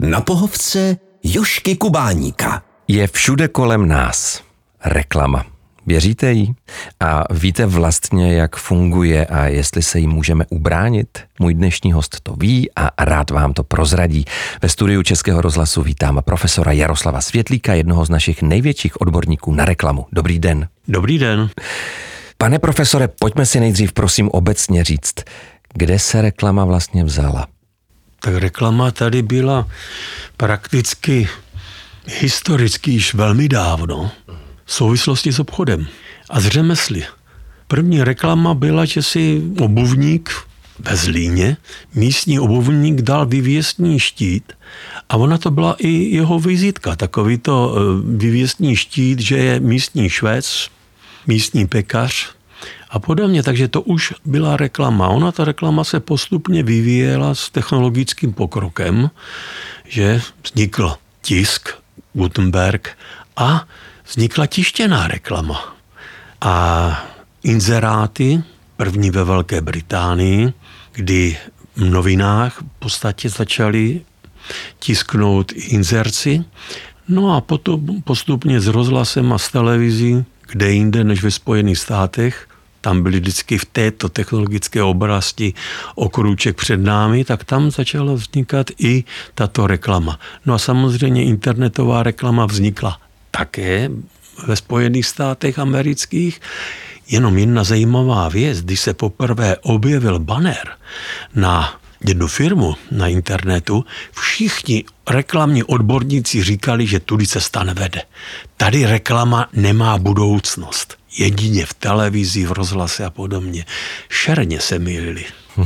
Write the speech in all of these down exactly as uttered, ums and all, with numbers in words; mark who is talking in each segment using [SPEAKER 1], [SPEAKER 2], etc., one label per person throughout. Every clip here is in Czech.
[SPEAKER 1] Na pohovce Jožky Kubáníka.
[SPEAKER 2] Je všude kolem nás reklama. Věříte jí? A víte vlastně, jak funguje a jestli se jí můžeme ubránit? Můj dnešní host to ví a rád vám to prozradí. Ve studiu Českého rozhlasu vítám profesora Jaroslava Světlíka, jednoho z našich největších odborníků na reklamu. Dobrý den.
[SPEAKER 3] Dobrý den.
[SPEAKER 2] Pane profesore, pojďme si nejdřív prosím obecně říct, kde se reklama vlastně vzala?
[SPEAKER 3] Tak reklama tady byla prakticky historicky již velmi dávno v souvislosti s obchodem a s řemesly. První reklama byla, že si obuvník ve Zlíně, místní obuvník dal vývěstní štít a ona to byla i jeho vizitka, takový to vývěstní štít, že je místní švec, místní pekař a podobně, takže to už byla reklama. Ona ta reklama se postupně vyvíjela s technologickým pokrokem, že vznikl tisk, Gutenberg a vznikla tištěná reklama. A inzeráty, první ve Velké Británii, kdy v novinách v podstatě začali tisknout inzerci, no a potom postupně s rozhlasem a s televizí, kde jinde než ve Spojených státech, tam byly vždycky v této technologické oblasti o krůček před námi, tak tam začala vznikat i tato reklama. No a samozřejmě internetová reklama vznikla také ve Spojených státech amerických. Jenom jedna zajímavá věc, když se poprvé objevil banner na jednu firmu na internetu, všichni reklamní odborníci říkali, že tudy cesta nevede. Tady reklama nemá budoucnost. Jedině v televizi, v rozhlase a podobně. Šerně se mýlili.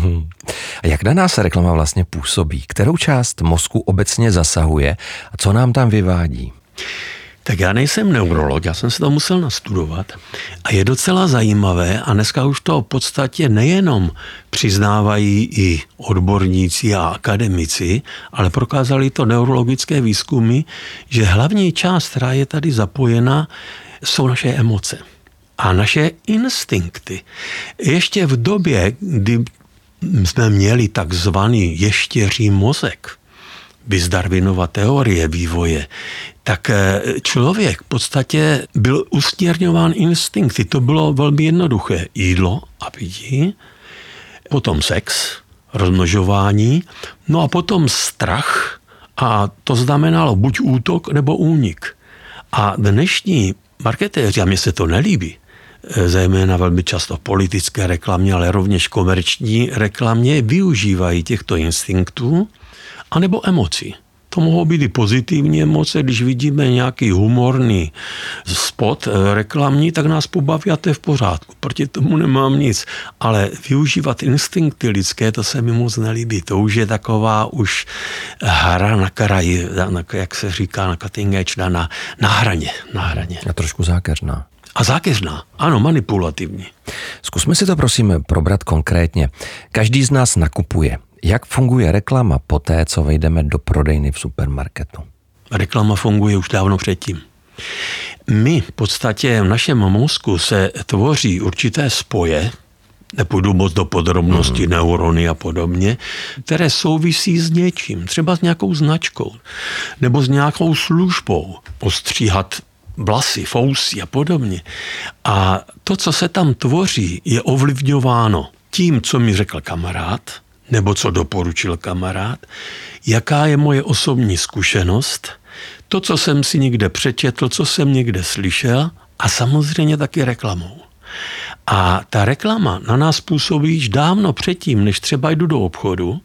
[SPEAKER 2] A jak na nás reklama vlastně působí? Kterou část mozku obecně zasahuje a co nám tam vyvádí?
[SPEAKER 3] Tak já nejsem neurolog, já jsem se to musel nastudovat a je docela zajímavé a dneska už to v podstatě nejenom přiznávají i odborníci a akademici, ale prokázali to neurologické výzkumy, že hlavní část, která je tady zapojena, jsou naše emoce a naše instinkty. Ještě v době, kdy jsme měli takzvaný ještěří mozek, bez Darwinova teorie vývoje, tak člověk v podstatě byl usměrňován instinkty. To bylo velmi jednoduché. Jídlo a pití, potom sex, rozmnožování, no a potom strach a to znamenalo buď útok nebo únik. A dnešní marketéři, a mně se to nelíbí, zejména velmi často v politické reklamě, ale rovněž komerční reklamě, využívají těchto instinktů anebo emocí. To mohou být i pozitivní emoce, když vidíme nějaký humorný spot reklamní, tak nás pobaví a to je v pořádku. Proti tomu nemám nic. Ale využívat instinkty lidské, to se mi moc nelíbí. To už je taková už hra na kraji, jak se říká na cutting edge, na, na hraně. Na hraně.
[SPEAKER 2] A trošku zákeřná.
[SPEAKER 3] A zákeřná, ano, manipulativní.
[SPEAKER 2] Zkusme si to prosím probrat konkrétně. Každý z nás nakupuje. Jak funguje reklama poté, co vejdeme do prodejny v supermarketu?
[SPEAKER 3] Reklama funguje už dávno předtím. My v podstatě v našem mozku se tvoří určité spoje, nepůjdu moc do podrobností, mm. neurony a podobně, které souvisí s něčím, třeba s nějakou značkou, nebo s nějakou službou, postříhat vlasy, fousy a podobně. A to, co se tam tvoří, je ovlivňováno tím, co mi řekl kamarád, nebo co doporučil kamarád, jaká je moje osobní zkušenost, to, co jsem si někde přečetl, co jsem někde slyšel a samozřejmě taky reklamou. A ta reklama na nás působí již dávno předtím, než třeba jdu do obchodu,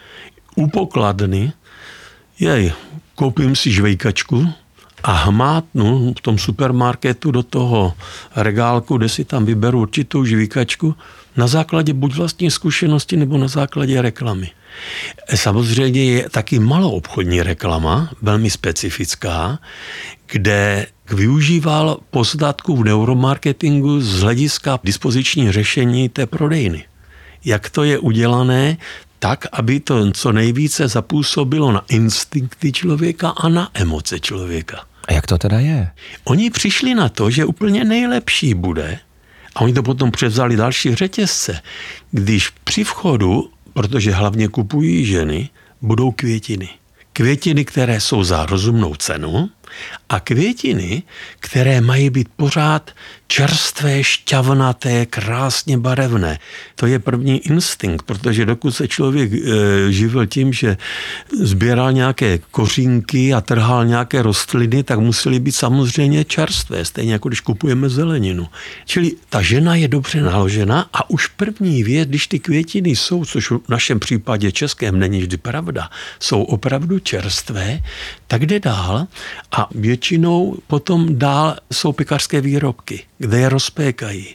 [SPEAKER 3] u pokladny, jej, koupím si žvejkačku a hmátnu v tom supermarketu do toho regálku, kde si tam vyberu určitou žvejkačku, na základě buď vlastní zkušenosti, nebo na základě reklamy. Samozřejmě je taky maloobchodní reklama, velmi specifická, kde využíval poznatků v neuromarketingu z hlediska dispoziční řešení té prodejny. Jak to je udělané, tak, aby to co nejvíce zapůsobilo na instinkty člověka a na emoce člověka.
[SPEAKER 2] A jak to teda je?
[SPEAKER 3] Oni přišli na to, že úplně nejlepší bude, a oni to potom převzali další řetězce, když při vchodu, protože hlavně kupují ženy, budou květiny. květiny, které jsou za rozumnou cenu, a květiny, které mají být pořád čerstvé, šťavnaté, krásně barevné. To je první instinkt, protože dokud se člověk e, živil tím, že sbíral nějaké kořínky a trhal nějaké rostliny, tak musely být samozřejmě čerstvé, stejně jako když kupujeme zeleninu. Čili ta žena je dobře naložena a už první věc, když ty květiny jsou, což v našem případě českém není vždy pravda, jsou opravdu čerstvé, tak jde dál a většinou potom dál jsou pekařské výrobky, kde je rozpékají.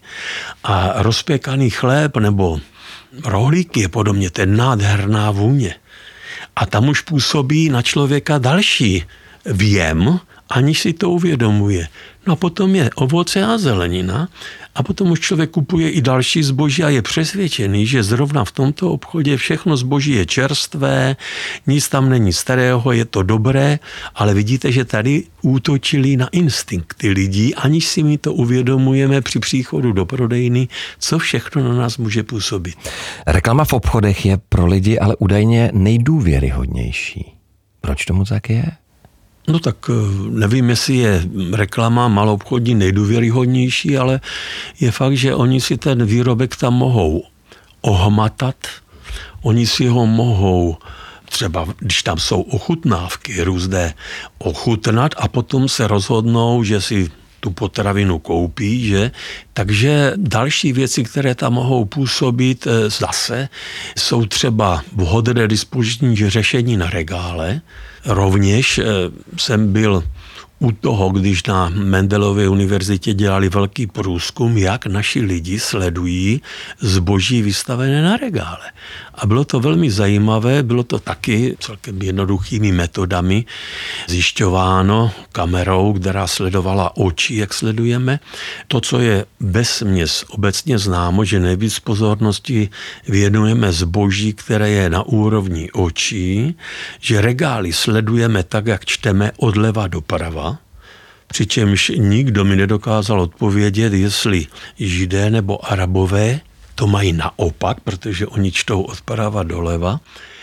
[SPEAKER 3] A rozpékaný chléb nebo rohlíky je podobně, to je nádherná vůně. A tam už působí na člověka další věm, aniž si to uvědomuje. No a potom je ovoce a zelenina a potom už člověk kupuje i další zboží a je přesvědčený, že zrovna v tomto obchodě všechno zboží je čerstvé, nic tam není starého, je to dobré, ale vidíte, že tady útočili na instinkty lidí, aniž si my to uvědomujeme při příchodu do prodejny, co všechno na nás může působit.
[SPEAKER 2] Reklama v obchodech je pro lidi ale údajně nejdůvěryhodnější. Proč tomu tak je?
[SPEAKER 3] No tak nevím, jestli je reklama maloobchodní nejdůvěryhodnější, ale je fakt, že oni si ten výrobek tam mohou ohmatat, oni si ho mohou třeba, když tam jsou ochutnávky různé, ochutnat a potom se rozhodnou, že si tu potravinu koupí, že? Takže další věci, které tam mohou působit zase, jsou třeba vhodné dispoziční řešení na regále. Rovněž jsem byl u toho, když na Mendelově univerzitě dělali velký průzkum, jak naši lidi sledují zboží vystavené na regále. A bylo to velmi zajímavé, bylo to taky celkem jednoduchými metodami zjišťováno kamerou, která sledovala oči, jak sledujeme. To, co je vesměs obecně známo, že nejvíc pozornosti věnujeme zboží, které je na úrovni očí, že regály sledujeme tak, jak čteme odleva doprava, přičemž nikdo mi nedokázal odpovědět, jestli Židé nebo Arabové to mají naopak, protože oni čtou odprava doleva.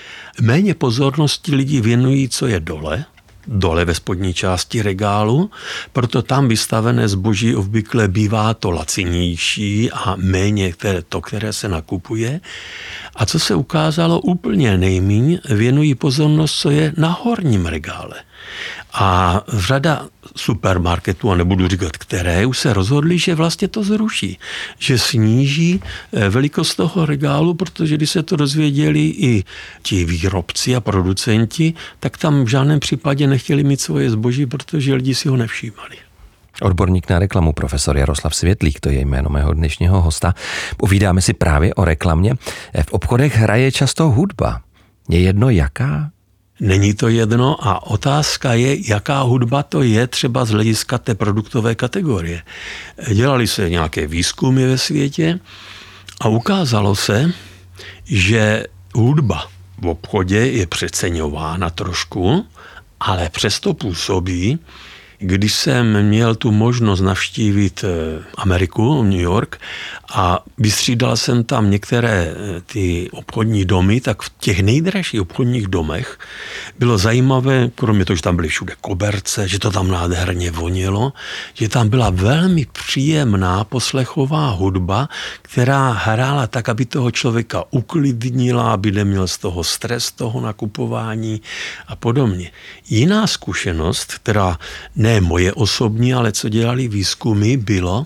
[SPEAKER 3] Méně pozornosti lidi věnují, co je dole, dole ve spodní části regálu, proto tam vystavené zboží obvykle bývá to lacinější a méně to, které se nakupuje. A co se ukázalo úplně nejmíň, věnují pozornost, co je na horním regále. A řada supermarketů, a nebudu říkat které, už se rozhodli, že vlastně to zruší. Že sníží velikost toho regálu, protože když se to dozvěděli i ti výrobci a producenti, tak tam v žádném případě nechtěli mít svoje zboží, protože lidi si ho nevšímali.
[SPEAKER 2] Odborník na reklamu profesor Jaroslav Světlík, to je jméno mého dnešního hosta. Povídáme si právě o reklamě. V obchodech hraje často hudba. Je jedno jaká?
[SPEAKER 3] Není to jedno a otázka je, jaká hudba to je třeba z hlediska té produktové kategorie. Dělali se nějaké výzkumy ve světě a ukázalo se, že hudba v obchodě je přeceňována trošku, ale přesto působí. Když jsem měl tu možnost navštívit Ameriku, New York, a vystřídal jsem tam některé ty obchodní domy, tak v těch nejdražších obchodních domech bylo zajímavé, kromě toho, že tam byly všude koberce, že to tam nádherně vonilo, že tam byla velmi příjemná poslechová hudba, která hrála tak, aby toho člověka uklidnila, aby neměl z toho stres, toho nakupování a podobně. Jiná zkušenost, která ne moje osobní, ale co dělali výzkumy, bylo,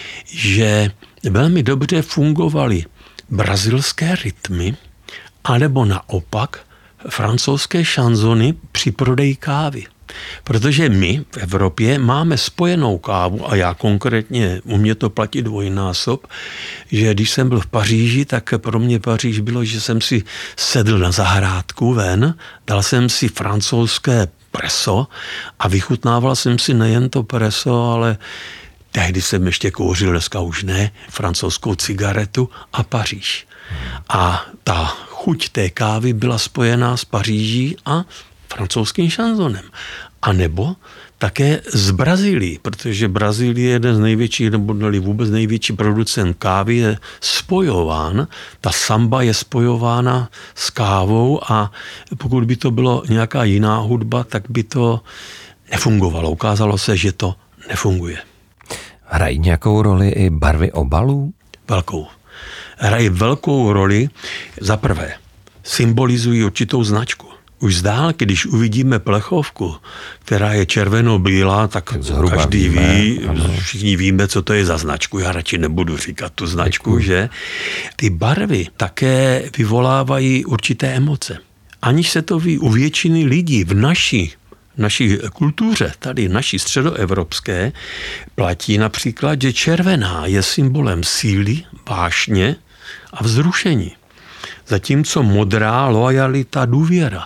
[SPEAKER 3] že velmi dobře fungovaly brazilské rytmy, anebo naopak francouzské šanzony při prodeji kávy. Protože my v Evropě máme spojenou kávu a já konkrétně, u mě to platí dvojnásob, že když jsem byl v Paříži, tak pro mě Paříž bylo, že jsem si sedl na zahrádku ven, dal jsem si francouzské preso a vychutnával jsem si nejen to preso, ale tehdy jsem ještě kouřil, dneska už ne, francouzskou cigaretu a Paříž. A ta chuť té kávy byla spojená s Paříží a francouzským šanzonem. A nebo také z Brazílie, protože Brazílie je jeden z největších, nebo vůbec největší producent kávy, je spojován, ta samba je spojována s kávou a pokud by to bylo nějaká jiná hudba, tak by to nefungovalo. Ukázalo se, že to nefunguje.
[SPEAKER 2] Hrají nějakou roli i barvy obalů?
[SPEAKER 3] Velkou. Hrají velkou roli. Za prvé, symbolizují určitou značku. Už zdál, když uvidíme plechovku, která je červeno-bílá, tak, tak každý víme, ví, ano. Všichni víme, co to je za značku. Já radši nebudu říkat tu značku, Děkuji. Že? Ty barvy také vyvolávají určité emoce. Aniž se to ví u většiny lidí v naší naší kultuře, tady naší středoevropské, platí například, že červená je symbolem síly, vášně a vzrušení. Zatímco modrá loajalita, důvěra.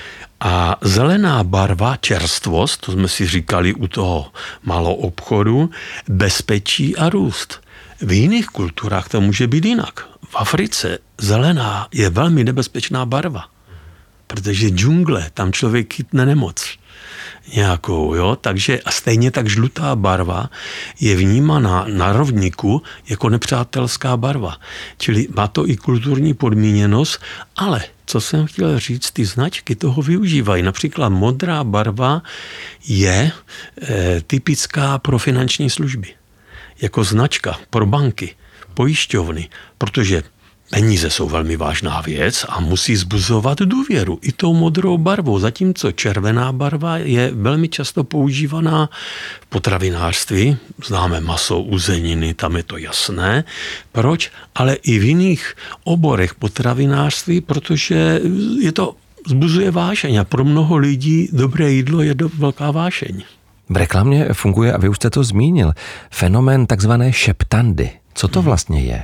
[SPEAKER 3] A zelená barva, čerstvost, to jsme si říkali u toho malou obchodu, bezpečí a růst. V jiných kulturách to může být jinak. V Africe zelená je velmi nebezpečná barva, protože džungle, tam člověk chytne nemoc nějakou, jo, takže a stejně tak žlutá barva je vnímaná na rovníku jako nepřátelská barva. Čili má to i kulturní podmíněnost, ale co jsem chtěl říct, ty značky toho využívají. Například modrá barva je e, typická pro finanční služby. Jako značka pro banky, pojišťovny, protože peníze jsou velmi vážná věc a musí zbuzovat důvěru i tou modrou barvou, zatímco červená barva je velmi často používaná v potravinářství. Známe maso, uzeniny, tam je to jasné. Proč? Ale i v jiných oborech potravinářství, protože je to zbuzuje vášeň a pro mnoho lidí dobré jídlo je do, velká vášeň.
[SPEAKER 2] V reklamě funguje, a vy už jste to zmínil, fenomén takzvané šeptandy. Co to vlastně je?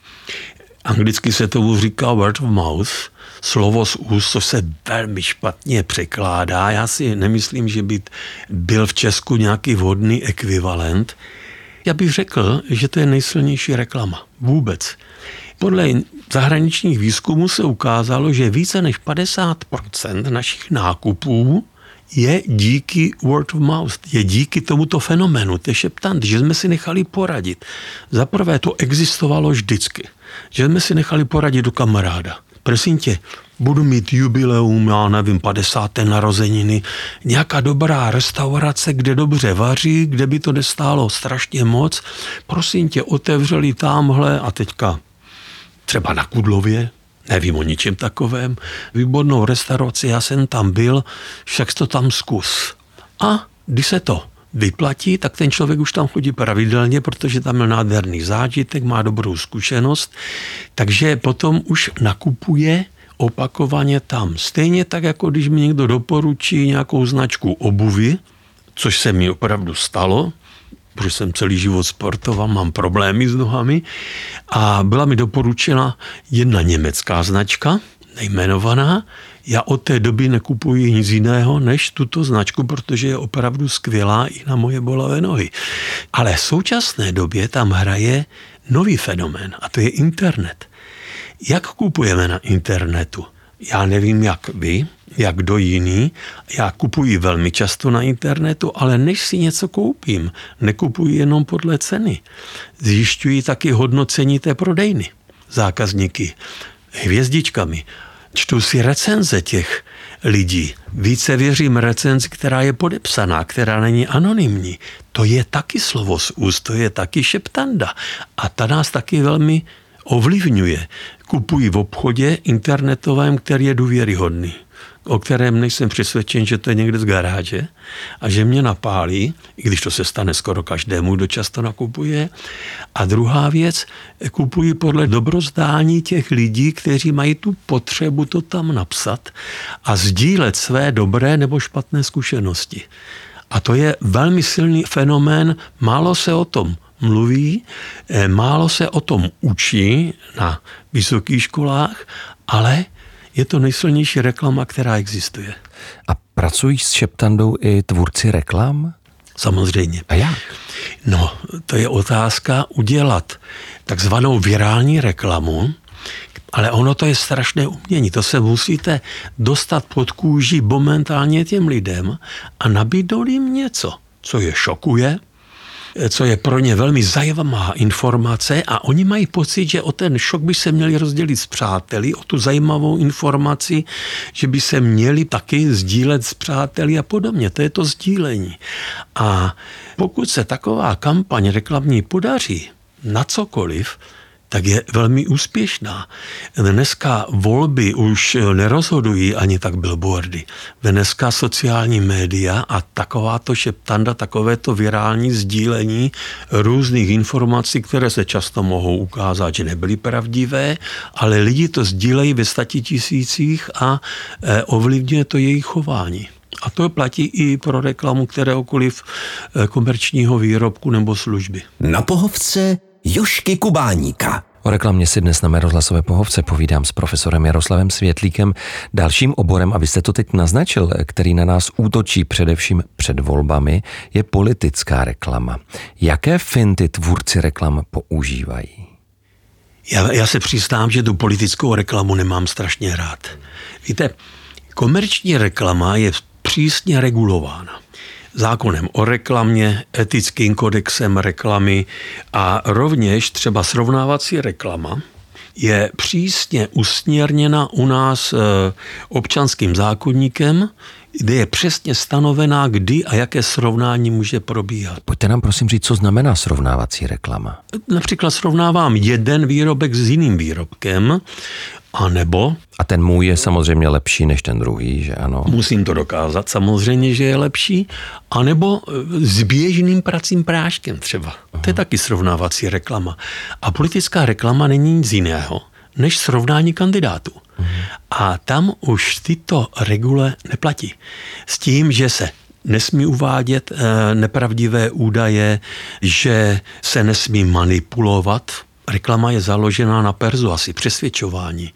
[SPEAKER 3] Anglicky se tomu říká word of mouth, slovo z úst, co se velmi špatně překládá. Já si nemyslím, že by byl v Česku nějaký vhodný ekvivalent. Já bych řekl, že to je nejsilnější reklama. Vůbec. Podle zahraničních výzkumů se ukázalo, že více než padesát procent našich nákupů je díky word of mouth, je díky tomuto fenoménu, té šeptandy, že jsme si nechali poradit. Za prvé to existovalo vždycky, že jsme si nechali poradit do kamaráda. Prosím tě, budu mít jubileum, já nevím, padesáté narozeniny, nějaká dobrá restaurace, kde dobře vaří, kde by to nestálo strašně moc. Prosím tě, otevřeli támhle a teďka třeba na Kudlově, nevím o ničem takovém, výbornou restauraci, já jsem tam byl, však to tam zkus. A když se to vyplatí, tak ten člověk už tam chodí pravidelně, protože tam je nádherný zážitek, má dobrou zkušenost, takže potom už nakupuje opakovaně tam. Stejně tak, jako když mi někdo doporučí nějakou značku obuvy, což se mi opravdu stalo, protože jsem celý život sportoval, mám problémy s nohami a byla mi doporučena jedna německá značka, nejmenovaná. Já od té doby nekupuji nic jiného než tuto značku, protože je opravdu skvělá i na moje bolavé nohy. Ale v současné době tam hraje nový fenomén a to je internet. Jak kupujeme na internetu? Já nevím, jak vy, jak kdo jiný. Já kupuji velmi často na internetu, ale než si něco koupím, nekupuji jenom podle ceny. Zjišťuji taky hodnocení té prodejny. Zákazníky hvězdičkami. Čtu si recenze těch lidí. Více věřím recenzi, která je podepsaná, která není anonymní. To je taky slovo z úst, to je taky šeptanda. A ta nás taky velmi ovlivňuje. Kupuji v obchodě internetovém, který je důvěryhodný, o kterém nejsem přesvědčen, že to je někde z garáže a že mě napálí, i když to se stane skoro každému, kdo často nakupuje. A druhá věc, kupuji podle dobrozdání těch lidí, kteří mají tu potřebu to tam napsat a sdílet své dobré nebo špatné zkušenosti. A to je velmi silný fenomén, málo se o tom mluví, málo se o tom učí na vysokých školách, ale je to nejsilnější reklama, která existuje.
[SPEAKER 2] A pracují s šeptandou i tvůrci reklam?
[SPEAKER 3] Samozřejmě.
[SPEAKER 2] A jak?
[SPEAKER 3] No, to je otázka udělat takzvanou virální reklamu, Ale ono to je strašné umění. To se musíte dostat pod kůži momentálně těm lidem a nabídnout jim něco, co je šokuje, co je pro ně velmi zajímavá informace a oni mají pocit, že o ten šok by se měli rozdělit s přáteli, o tu zajímavou informaci, že by se měli taky sdílet s přáteli a podobně. To je to sdílení. A pokud se taková kampaň reklamní podaří na cokoliv, tak je velmi úspěšná. Dneska volby už nerozhodují ani tak billboardy. Dneska sociální média a takováto šeptanda, takovéto virální sdílení různých informací, které se často mohou ukázat, že nebyly pravdivé, ale lidi to sdílejí ve statitisících a ovlivňuje to jejich chování. A to platí i pro reklamu kteréhokoliv komerčního výrobku nebo služby.
[SPEAKER 1] Na pohovce Jožky Kubáníka.
[SPEAKER 2] O reklamě si dnes na mé rozhlasové pohovce povídám s profesorem Jaroslavem Světlíkem. Dalším oborem, abyste to teď naznačil, který na nás útočí především před volbami, je politická reklama. Jaké finty tvůrci reklam používají?
[SPEAKER 3] Já, já se přiznám, že tu politickou reklamu nemám strašně rád. Víte, komerční reklama je přísně regulována zákonem o reklamě, etickým kodexem reklamy a rovněž třeba srovnávací reklama je přísně usměrněna u nás občanským zákoníkem, kde je přesně stanovená, kdy a jaké srovnání může probíhat.
[SPEAKER 2] Pojďte nám prosím říct, co znamená srovnávací reklama.
[SPEAKER 3] Například srovnávám jeden výrobek s jiným výrobkem, a nebo...
[SPEAKER 2] A ten můj je samozřejmě lepší než ten druhý, že ano?
[SPEAKER 3] Musím to dokázat, samozřejmě, že je lepší. A nebo s běžným pracím práškem třeba. Aha. To je taky srovnávací reklama. A politická reklama není nic jiného, než srovnání kandidátů. Aha. A tam už tyto regule neplatí. S tím, že se nesmí uvádět e, nepravdivé údaje, že se nesmí manipulovat. Reklama je založená na persuasi, přesvědčování.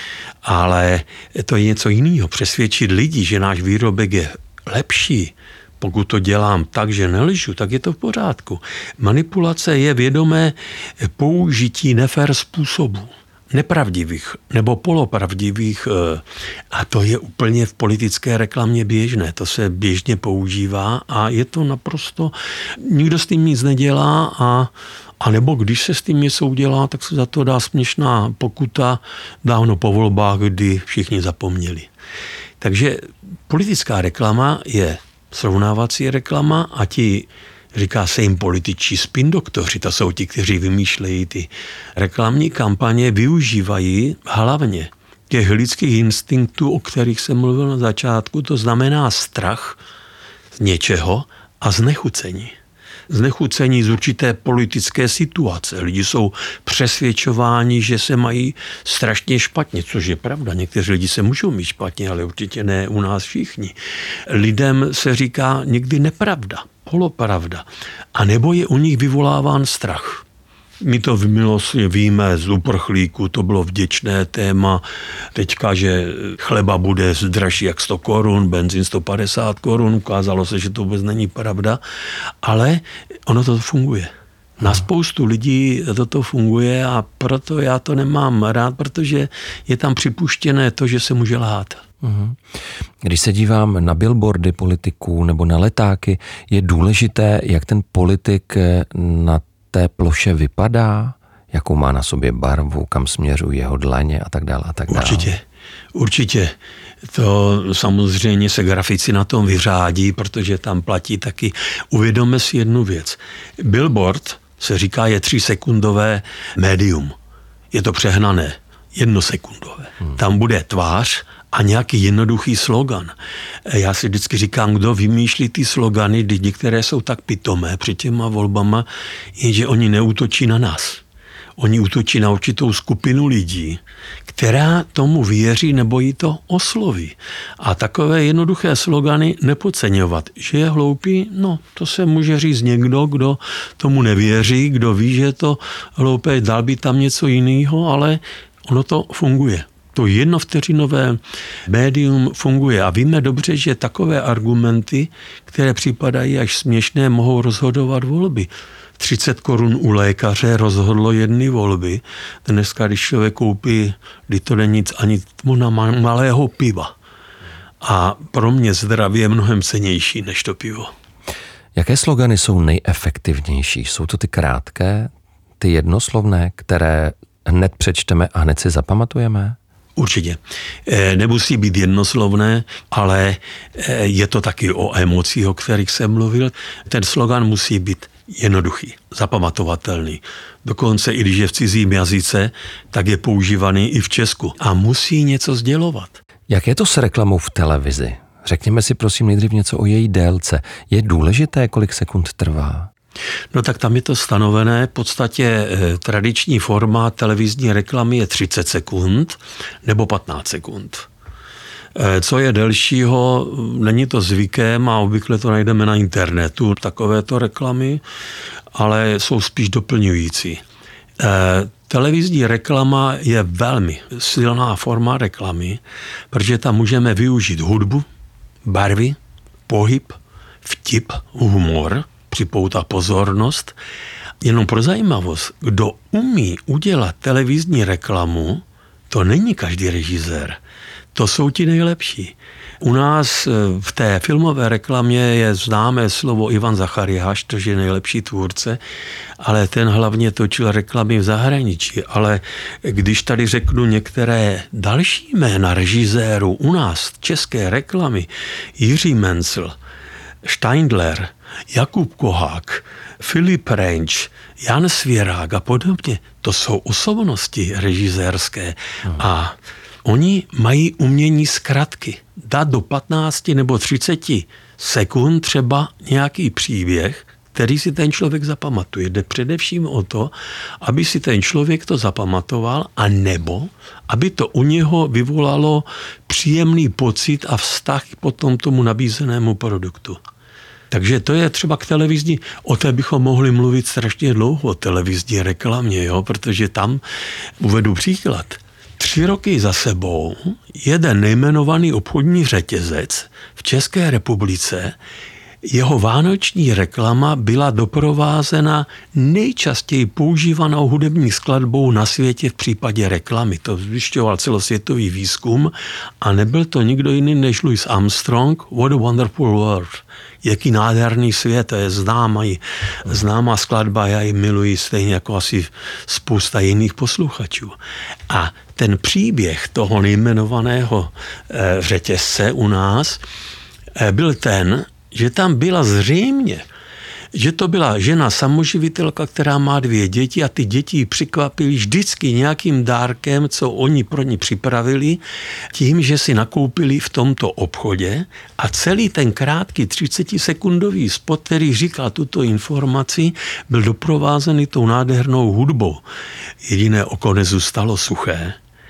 [SPEAKER 3] Ale to je něco jiného. Přesvědčit lidi, že náš výrobek je lepší, pokud to dělám tak, že nelžu, tak je to v pořádku. Manipulace je vědomé použití nefér způsobů, nepravdivých nebo polopravdivých. A to je úplně v politické reklamě běžné. To se běžně používá a je to naprosto... Nikdo s tím nic nedělá a A nebo když se s tím něco udělá, tak se za to dá směšná pokuta dávno po volbách, kdy všichni zapomněli. Takže politická reklama je srovnávací reklama a ti, říká se jim političtí spin doktoři, to jsou ti, kteří vymýšlejí ty reklamní kampaně, využívají hlavně těch lidských instinktů, o kterých jsem mluvil na začátku, to znamená strach z něčeho a znechucení. Znechucení z určité politické situace. Lidi jsou přesvědčováni, že se mají strašně špatně, což je pravda. Někteří lidi se můžou mít špatně, ale určitě ne u nás všichni. Lidem se říká někdy nepravda, polopravda. A nebo je u nich vyvoláván strach. My to v minulosti víme z uprchlíků, to bylo vděčné téma. Teďka, že chleba bude dražší jak sto korun, benzín sto padesát korun, ukázalo se, že to vůbec není pravda, ale ono to funguje. Na spoustu lidí toto funguje a proto já to nemám rád, protože je tam připuštěné to, že se může lhát.
[SPEAKER 2] Když se dívám na billboardy politiků nebo na letáky, je důležité, jak ten politik na té ploše vypadá, jakou má na sobě barvu, kam směřují jeho dlaně a tak dále a tak dále.
[SPEAKER 3] Určitě, určitě. To samozřejmě se grafici na tom vyřádí, protože tam platí taky. Uvědomme si jednu věc. Billboard se říká je třísekundové médium. Je to přehnané, jednosekundové. Hmm. Tam bude tvář a nějaký jednoduchý slogan. Já si vždycky říkám, kdo vymýšlí ty slogany, když některé jsou tak pitomé před těma volbama, jenže oni neútočí na nás. Oni útočí na určitou skupinu lidí, která tomu věří nebo jí to osloví. A takové jednoduché slogany nepodceňovat. Že je hloupý, no to se může říct někdo, kdo tomu nevěří, kdo ví, že je to hloupé, dal by tam něco jiného, ale ono to funguje. To jednovteřinové médium funguje a víme dobře, že takové argumenty, které připadají až směšné, mohou rozhodovat volby. třicet korun u lékaře rozhodlo jedny volby. Dneska, když člověk koupí, kdy to není nic ani na malého piva. A pro mě zdraví je mnohem cennější než to pivo.
[SPEAKER 2] Jaké slogany jsou nejefektivnější? Jsou to ty krátké, ty jednoslovné, které hned přečteme a hned si zapamatujeme?
[SPEAKER 3] Určitě. Nemusí být jednoslovné, ale je to taky o emocích, o kterých jsem mluvil. Ten slogan musí být jednoduchý, zapamatovatelný. Dokonce i když je v cizím jazyce, tak je používaný i v Česku. A musí něco sdělovat.
[SPEAKER 2] Jak je to s reklamou v televizi? Řekněme si prosím nejdřív něco o její délce. Je důležité, kolik sekund trvá?
[SPEAKER 3] No tak tam je to stanovené. V podstatě tradiční forma televizní reklamy je třicet sekund nebo patnáct sekund. Co je delšího, není to zvykem a obvykle to najdeme na internetu, takovéto reklamy, ale jsou spíš doplňující. Televizní reklama je velmi silná forma reklamy, protože tam můžeme využít hudbu, barvy, pohyb, vtip, humor, připoutá pozornost. Jenom pro zajímavost, kdo umí udělat televizní reklamu, to není každý režisér. To jsou ti nejlepší. U nás v té filmové reklamě je známé slovo Ivan Zachariáš, to je nejlepší tvůrce, ale ten hlavně točil reklamy v zahraničí. Ale když tady řeknu některé další jména režisérů u nás, české reklamy, Jiří Mencel, Steindler, Jakub Kohák, Filip Renč, Jan Svěrák a podobně, to jsou osobnosti režisérské a oni mají umění zkratky. Dát do patnácti nebo třiceti sekund třeba nějaký příběh, který si ten člověk zapamatuje. Jde především o to, aby si ten člověk to zapamatoval a nebo aby to u něho vyvolalo příjemný pocit a vztah potom tomu nabízenému produktu. Takže to je třeba k televizní, o té bychom mohli mluvit strašně dlouho, o televizní reklamě, jo, protože tam uvedu příklad. Tři roky za sebou jeden nejmenovaný obchodní řetězec v České republice, jeho vánoční reklama byla doprovázena nejčastěji používanou hudební skladbou na světě v případě reklamy. To zjišťoval celosvětový výzkum a nebyl to nikdo jiný než Louis Armstrong, What a Wonderful World. Jaký nádherný svět, to je známá, známá skladba, já ji miluji stejně jako asi spousta jiných posluchačů. A ten příběh toho nejmenovaného řetězce u nás byl ten, že tam byla zřejmě, že to byla žena samoživitelka, která má dvě děti a ty děti ji překvapily vždycky nějakým dárkem, co oni pro ní připravili, tím, že si nakoupili v tomto obchodě a celý ten krátký třicetisekundový spot, který říkal tuto informaci, byl doprovázený tou nádhernou hudbou. Jediné oko nezůstalo suché.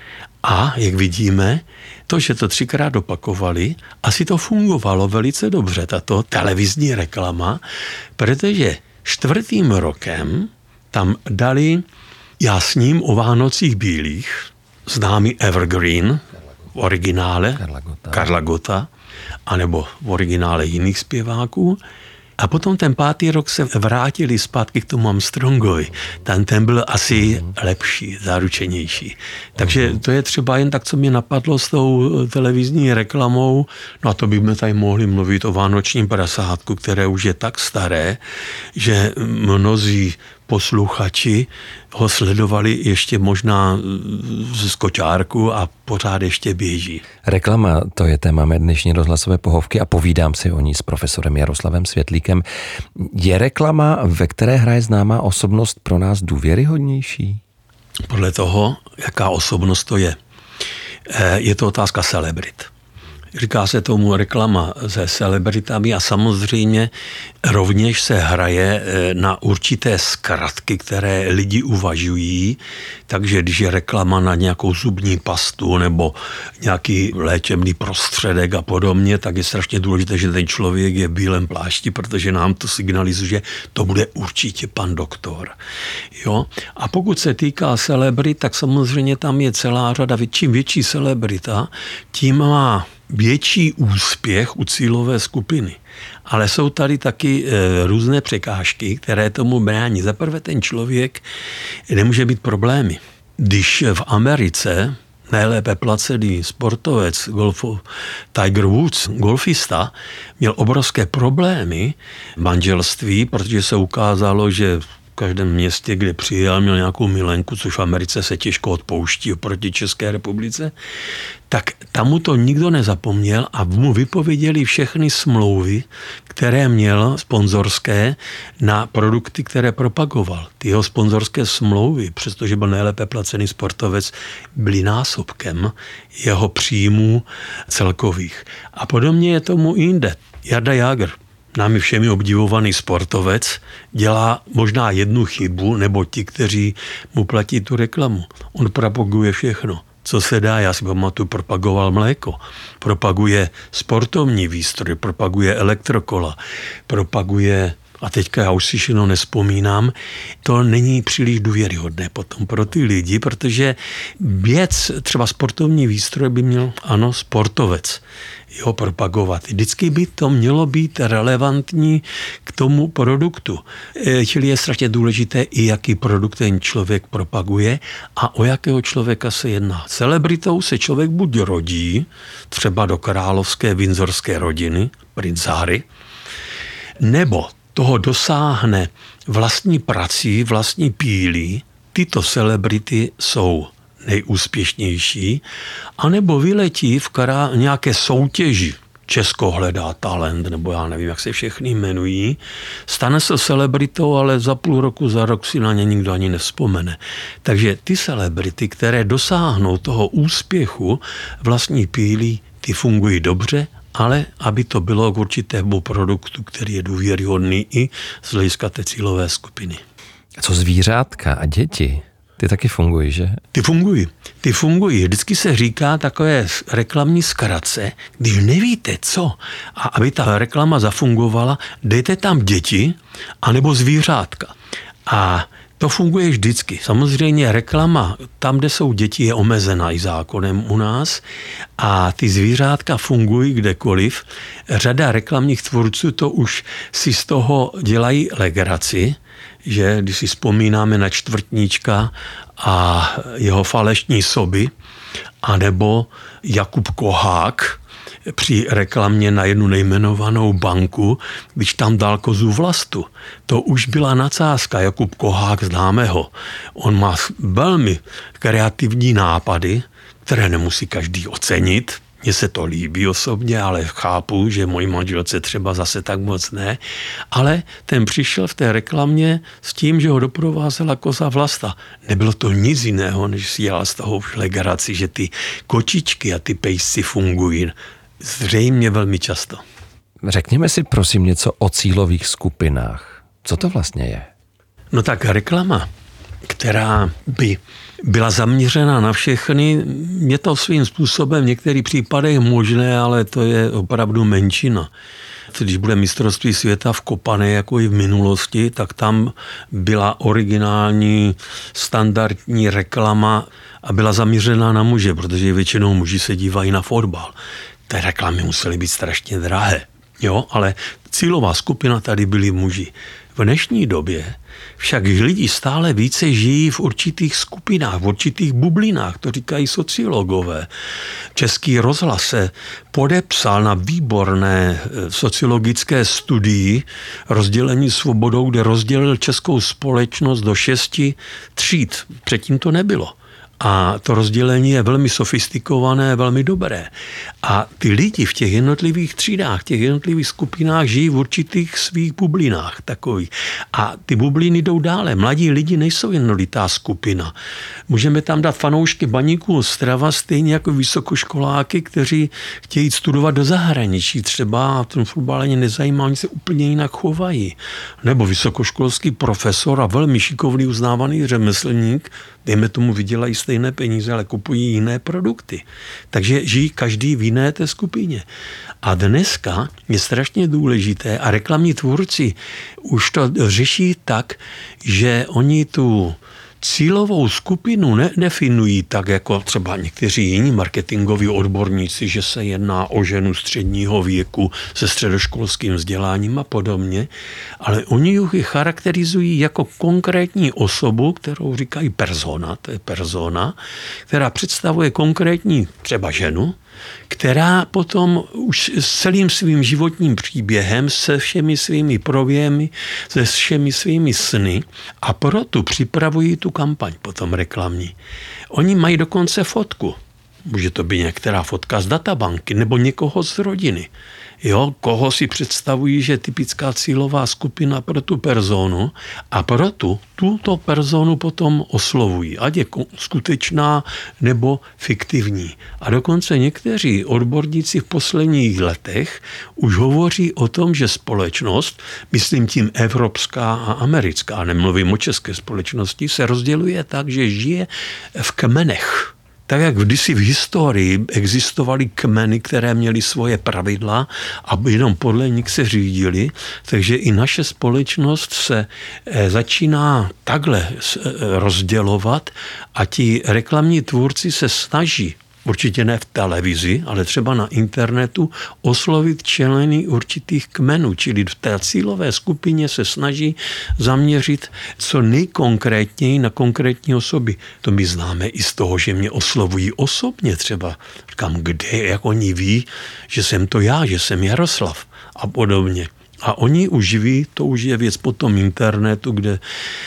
[SPEAKER 3] A, jak vidíme, to, že to třikrát opakovali, asi to fungovalo velice dobře, tato televizní reklama, protože čtvrtým rokem tam dali Já sním o Vánocích bílých, známý Evergreen v originále
[SPEAKER 2] Karla Gotta,
[SPEAKER 3] Karla Gotta anebo v originále jiných zpěváků. A potom ten pátý rok se vrátili zpátky k tomu Armstrongovi. Ten, ten byl asi mm. lepší, záručenější. Takže to je třeba jen tak, co mě napadlo s tou televizní reklamou. No a to bychom tady mohli mluvit o Vánočním prasátku, které už je tak staré, že mnozí posluchači ho sledovali ještě možná z kočárku a pořád ještě běží.
[SPEAKER 2] Reklama, to je téma mé dnešní rozhlasové pohovky a povídám si o ní s profesorem Jaroslavem Světlíkem. Je reklama, ve které hraje známá osobnost, pro nás důvěryhodnější?
[SPEAKER 3] Podle toho, jaká osobnost to je. Je to otázka celebrit. Říká se tomu reklama se celebritami a samozřejmě rovněž se hraje na určité zkratky, které lidi uvažují, takže když je reklama na nějakou zubní pastu nebo nějaký léčebný prostředek a podobně, tak je strašně důležité, že ten člověk je v bílém plášti, protože nám to signalizuje, že to bude určitě pan doktor. Jo? A pokud se týká celebrit, tak samozřejmě tam je celá řada, čím větší celebrita, tím má větší úspěch u cílové skupiny. Ale jsou tady taky e, různé překážky, které tomu brání. Za prvé ten člověk nemůže být problémy. Když v Americe nejlépe placený sportovec, golfu, Tiger Woods, golfista, měl obrovské problémy v manželství, protože se ukázalo, že v každém městě, kde přijel, měl nějakou milenku, což v Americe se těžko odpouští oproti České republice, tak tam mu to nikdo nezapomněl a mu vypověděli všechny smlouvy, které měl sponzorské na produkty, které propagoval. Ty jeho sponzorské smlouvy, přestože byl nejlépe placený sportovec, byly násobkem jeho příjmů celkových. A podobně je tomu i jinde. Jarda Jágr, námi všemi obdivovaný sportovec, dělá možná jednu chybu, nebo ti, kteří mu platí tu reklamu. On propaguje všechno, co se dá. Já si pamatuju, propagoval mléko, propaguje sportovní výstroj, propaguje elektrokola, propaguje, a teďka já už si všechno nespomínám, to není příliš důvěryhodné potom pro ty lidi, protože věc, třeba sportovní výstroj by měl, ano, sportovec, jeho propagovat. Vždycky by to mělo být relevantní k tomu produktu. Čili je strašně důležité i jaký produkt ten člověk propaguje a o jakého člověka se jedná. Celebritou se člověk buď rodí, třeba do královské windsorské rodiny, princ Harry, nebo toho dosáhne vlastní prací, vlastní pílí. Tyto celebrity jsou nejúspěšnější, anebo vyletí v kará nějaké soutěži. Česko hledá talent, nebo já nevím, jak se všechny jmenují. Stane se celebritou, ale za půl roku, za rok si na ně nikdo ani nevzpomene. Takže ty celebrity, které dosáhnou toho úspěchu vlastní pílí, ty fungují dobře, ale aby to bylo k určitému produktu, který je důvěryhodný i z hlediska té cílové skupiny.
[SPEAKER 2] Co zvířátka a děti? Ty taky fungují, že?
[SPEAKER 3] Ty fungují. Ty fungují. Vždycky se říká takové reklamní zkratce, když nevíte co, a aby ta reklama zafungovala, dejte tam děti anebo zvířátka. A to funguje vždycky. Samozřejmě reklama tam, kde jsou děti, je omezená i zákonem u nás a ty zvířátka fungují kdekoliv. Řada reklamních tvůrců to už si z toho dělají legraci, že když si vzpomínáme na Čtvrtníčka a jeho falešní soby, anebo Jakub Kohák při reklamě na jednu nejmenovanou banku, když tam dal kozu Vlastu. To už byla nadsázka. Jakub Kohák, známe ho. On má velmi kreativní nápady, které nemusí každý ocenit. Mně se to líbí osobně, ale chápu, že mojí manželce třeba zase tak moc ne. Ale ten přišel v té reklamě s tím, že ho doprovázela koza Vlasta. Nebylo to nic jiného, než si dělal z toho už legraci, že ty kočičky a ty pejsci fungují zřejmě velmi často.
[SPEAKER 2] Řekněme si prosím něco o cílových skupinách. Co to vlastně je?
[SPEAKER 3] No tak reklama, která by byla zaměřena na všechny, je to svým způsobem v některých případech možné, ale to je opravdu menšina. Když bude mistrovství světa v kopané, jako i v minulosti, tak tam byla originální standardní reklama a byla zaměřená na muže, protože většinou muži se dívají na fotbal. Ty reklamy musely být strašně drahé, jo, ale cílová skupina tady byli muži. V dnešní době však lidi stále více žijí v určitých skupinách, v určitých bublinách, to říkají sociologové. Český rozhlas se podepsal na výborné sociologické studii Rozdělení svobodou, kde rozdělil českou společnost do šesti tříd. Předtím to nebylo. A to rozdělení je velmi sofistikované, velmi dobré. A ty lidi v těch jednotlivých třídách, těch jednotlivých skupinách žijí v určitých svých bublinách takových. A ty bubliny jdou dále. Mladí lidi nejsou jednolitá skupina. Můžeme tam dát fanoušky Baníku Ostrava stejně jako vysokoškoláky, kteří chtějí studovat do zahraničí třeba a ten fotbal ani nezajímá, oni se úplně jinak chovají. Nebo vysokoškolský profesor a velmi šikovný uznávaný řemeslník, dejme tomu, vydělají stejné peníze, ale kupují jiné produkty. Takže žijí každý v jiné té skupině. A dneska je strašně důležité a reklamní tvůrci už to řeší tak, že oni tu cílovou skupinu nedefinují tak, jako třeba někteří jiní marketingoví odborníci, že se jedná o ženu středního věku se středoškolským vzděláním a podobně, ale oni ji charakterizují jako konkrétní osobu, kterou říkají persona, to je persona, která představuje konkrétní třeba ženu, která potom už s celým svým životním příběhem, se všemi svými prověmi, se všemi svými sny a proto připravují tu kampaň potom reklamní. Oni mají dokonce fotku. Může to být některá fotka z databanky nebo někoho z rodiny. Jo, koho si představují, že je typická cílová skupina pro tu personu a proto tuto personu potom oslovují, ať je skutečná nebo fiktivní. A dokonce někteří odborníci v posledních letech už hovoří o tom, že společnost, myslím tím evropská a americká, nemluvím o české společnosti, se rozděluje tak, že žije v kmenech. Tak jak kdysi v historii existovaly kmeny, které měly svoje pravidla a jenom podle nich se řídili, takže i naše společnost se začíná takhle rozdělovat a ti reklamní tvůrci se snaží, určitě ne v televizi, ale třeba na internetu, oslovit členy určitých kmenů, čili v té cílové skupině se snaží zaměřit co nejkonkrétněji na konkrétní osoby. To my známe i z toho, že mě oslovují osobně třeba. Říkám, kde, jak oni ví, že jsem to já, že jsem Jaroslav a podobně. A oni už ví, to už je věc po tom internetu, kde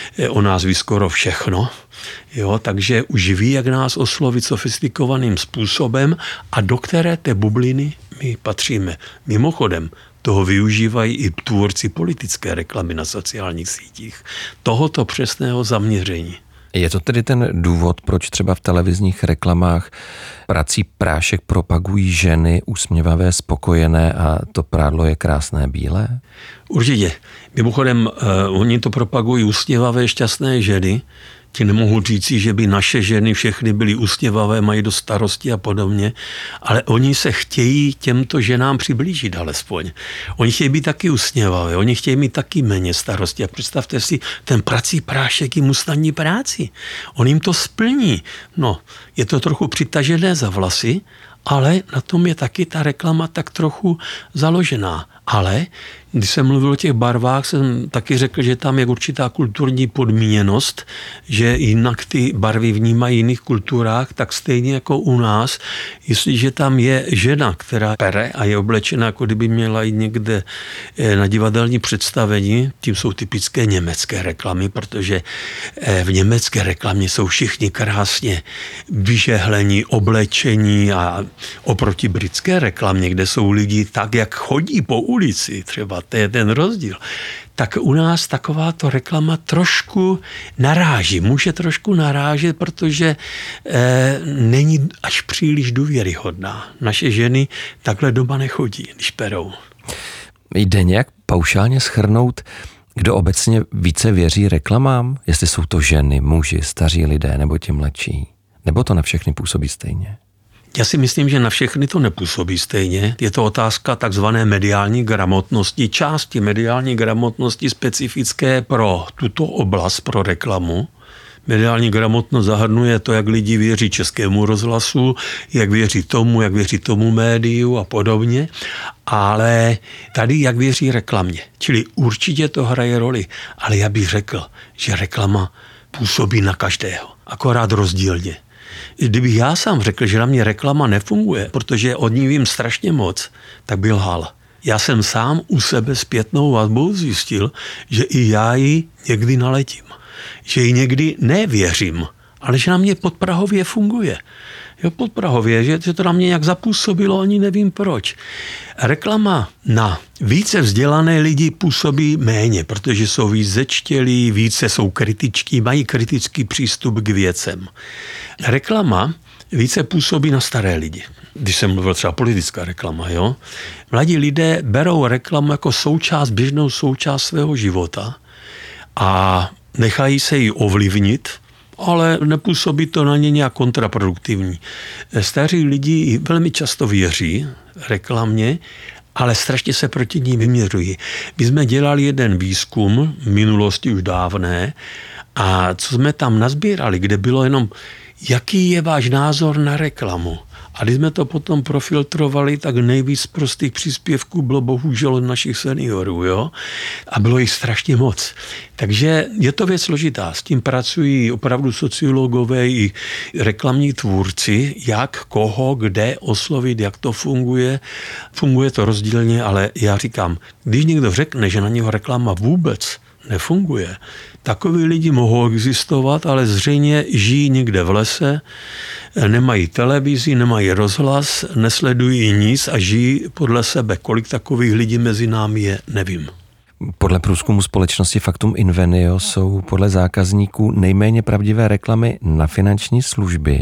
[SPEAKER 3] o nás ví skoro všechno. Jo, takže už ví, jak nás oslovit sofistikovaným způsobem a do které té bubliny my patříme. Mimochodem, toho využívají i tvůrci politické reklamy na sociálních sítích. Tohoto přesného zaměření.
[SPEAKER 2] Je to tedy ten důvod, proč třeba v televizních reklamách prací prášek propagují ženy usměvavé, spokojené a to prádlo je krásné bílé?
[SPEAKER 3] Určitě. Mimochodem, uh, oni to propagují usměvavé, šťastné ženy. Ti nemohu říci, že by naše ženy všechny byly usměvavé, mají do starosti a podobně, ale oni se chtějí těmto ženám přiblížit alespoň. Oni chtějí být taky usměvavé, oni chtějí mít taky méně starosti. A představte si, ten prací prášek jim usnadní práci. On jim to splní. No, je to trochu přitažené za vlasy, ale na tom je taky ta reklama tak trochu založená. Ale když jsem mluvil o těch barvách, jsem taky řekl, že tam je určitá kulturní podmíněnost, že jinak ty barvy vnímají v jiných kulturách, tak stejně jako u nás, jestliže tam je žena, která pere a je oblečena, jako kdyby měla jít někde na divadelní představení, tím jsou typické německé reklamy, protože v německé reklamě jsou všichni krásně vyžehlení, oblečení a oproti britské reklamě, kde jsou lidi tak, jak chodí po ulici, třeba to je ten rozdíl, tak u nás takováto reklama trošku naráží, může trošku narážet, protože e, není až příliš důvěryhodná. Naše ženy takhle doma nechodí, když perou.
[SPEAKER 2] Jde nějak paušálně shrnout, kdo obecně více věří reklamám? Jestli jsou to ženy, muži, staří lidé nebo ti mladší? Nebo to na všechny působí stejně?
[SPEAKER 3] Já si myslím, že na všechny to nepůsobí stejně. Je to otázka takzvané mediální gramotnosti, části mediální gramotnosti specifické pro tuto oblast, pro reklamu. Mediální gramotnost zahrnuje to, jak lidi věří Českému rozhlasu, jak věří tomu, jak věří tomu médiu a podobně, ale tady jak věří reklamě. Čili určitě to hraje roli, ale já bych řekl, že reklama působí na každého, akorát rozdílně. Kdybych já sám řekl, že na mě reklama nefunguje, protože od ní vím strašně moc, tak byl lhal. Já jsem sám u sebe zpětnou vazbou zjistil, že i já ji někdy naletím. Že ji někdy nevěřím, ale že na mě podprahově funguje. Jo, podprahově, že to na mě nějak zapůsobilo, ani nevím proč. Reklama na více vzdělané lidi působí méně, protože jsou víc zečtělí, více jsou kritičtí, mají kritický přístup k věcem. Reklama více působí na staré lidi. Když jsem mluvil třeba politická reklama, jo. Mladí lidé berou reklamu jako součást, běžnou součást svého života a nechají se jí ovlivnit, ale nepůsobí to na ně nějak kontraproduktivní. Staří lidi velmi často věří reklamě ale strašně se proti ní vyměřují. My jsme dělali jeden výzkum v minulosti už dávné a co jsme tam nazbírali, kde bylo jenom, jaký je váš názor na reklamu. A když jsme to potom profiltrovali, tak nejvíc prostých příspěvků bylo bohužel od našich seniorů, jo? A bylo jich strašně moc. Takže je to věc složitá. S tím pracují opravdu sociologové i reklamní tvůrci, jak, koho, kde oslovit, jak to funguje. Funguje to rozdílně, ale já říkám, když někdo řekne, že na něho reklama vůbec nefunguje, takoví lidi mohou existovat, ale zřejmě žijí někde v lese, nemají televizi, nemají rozhlas, nesledují nic a žijí podle sebe. Kolik takových lidí mezi námi je, nevím.
[SPEAKER 2] Podle průzkumu společnosti Factum Invenio jsou podle zákazníků nejméně pravdivé reklamy na finanční služby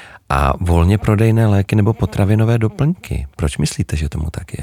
[SPEAKER 2] a volně prodejné léky nebo potravinové doplňky. Proč myslíte, že tomu tak je?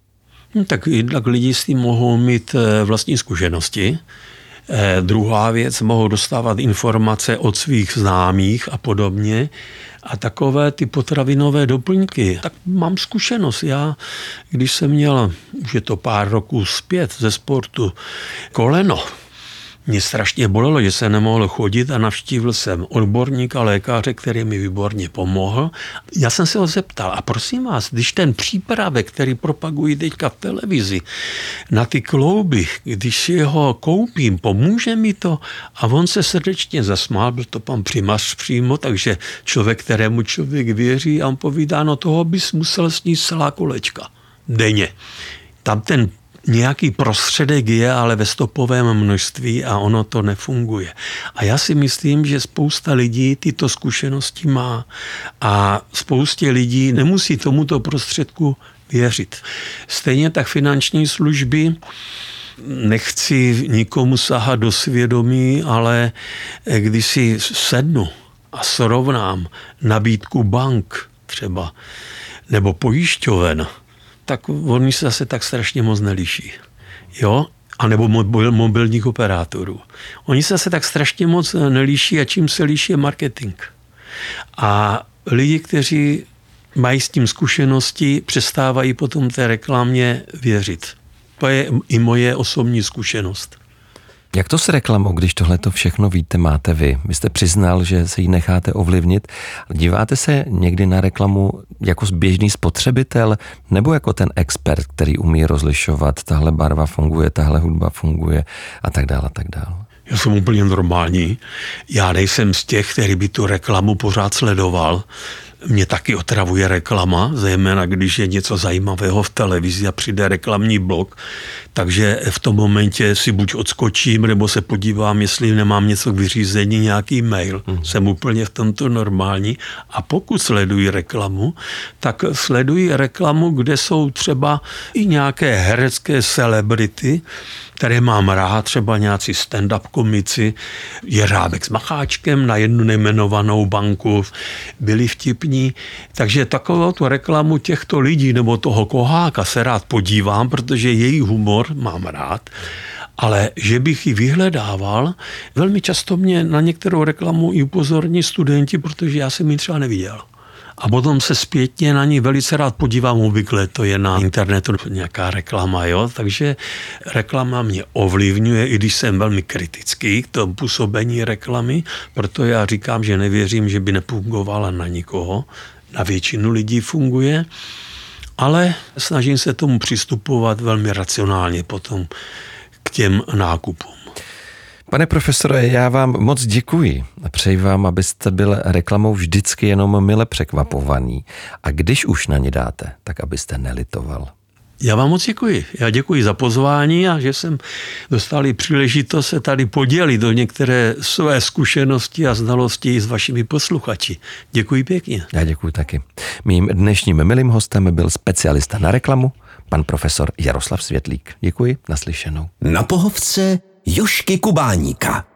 [SPEAKER 3] No, tak jednak lidi s tím mohou mít vlastní zkušenosti. Eh, druhá věc, mohou dostávat informace od svých známých a podobně. A takové ty potravinové doplňky, tak mám zkušenost. Já, když jsem měl, už je to pár roků zpět ze sportu, koleno, mě strašně bolelo, že jsem nemohl chodit a navštívil jsem odborníka, lékaře, který mi výborně pomohl. Já jsem se ho zeptal, a prosím vás, když ten přípravek, který propagují teďka v televizi, na ty klouby, když si ho koupím, pomůže mi to? A on se srdečně zasmál, byl to pan primář přímo, takže člověk, kterému člověk věří, a on povídá, no toho bys musel sníst celá kolečka denně. Tam ten nějaký prostředek je, ale ve stopovém množství a ono to nefunguje. A já si myslím, že spousta lidí tyto zkušenosti má a spoustě lidí nemusí tomuto prostředku věřit. Stejně tak finanční služby, nechci nikomu sahat do svědomí, ale když si sednu a srovnám nabídku bank třeba, nebo pojišťoven, tak oni se zase tak strašně moc neliší. Jo? A nebo mobil, mobilních operátorů. Oni se zase tak strašně moc neliší a čím se liší je marketing. A lidi, kteří mají s tím zkušenosti, přestávají potom té reklamě věřit. To je i moje osobní zkušenost.
[SPEAKER 2] Jak to s reklamou, když tohleto všechno víte, máte vy? Vy jste přiznal, že se jí necháte ovlivnit. Díváte se někdy na reklamu jako běžný spotřebitel nebo jako ten expert, který umí rozlišovat, tahle barva funguje, tahle hudba funguje a tak dále a tak dále?
[SPEAKER 3] Já jsem úplně normální. Já nejsem z těch, který by tu reklamu pořád sledoval. Mě taky otravuje reklama, zejména když je něco zajímavého v televizi a přijde reklamní blok, takže v tom momentě si buď odskočím, nebo se podívám, jestli nemám něco k vyřízení, nějaký mail. Hmm. Jsem úplně v tomto normální. A pokud sleduji reklamu, tak sleduji reklamu, kde jsou třeba i nějaké herecké celebrity, které mám rád, třeba nějací stand-up komici, Jeřábek s Macháčkem na jednu nejmenovanou banku, byli vtipní. Takže takovou tu reklamu těchto lidí nebo toho Koháka se rád podívám, protože jejich humor mám rád. Ale že bych ji vyhledával, velmi často mě na některou reklamu i upozorní studenti, protože já jsem ji třeba neviděl. A potom se zpětně na ní velice rád podívám, obvykle to je na internetu nějaká reklama, jo? Takže reklama mě ovlivňuje, i když jsem velmi kritický k tomu působení reklamy, proto já říkám, že nevěřím, že by nefungovala na nikoho, na většinu lidí funguje, ale snažím se tomu přistupovat velmi racionálně potom k těm nákupům.
[SPEAKER 2] Pane profesore, já vám moc děkuji a přeji vám, abyste byl reklamou vždycky jenom mile překvapovaný a když už na ně dáte, tak abyste nelitoval.
[SPEAKER 3] Já vám moc děkuji. Já děkuji za pozvání a že jsem dostal i příležitost se tady podělit do některé své zkušenosti a znalosti s vašimi posluchači. Děkuji pěkně.
[SPEAKER 2] Já děkuji taky. Mým dnešním milým hostem byl specialista na reklamu, pan profesor Jaroslav Světlík. Děkuji, naslyšenou.
[SPEAKER 1] Na pohovce Jožky Kubáníka.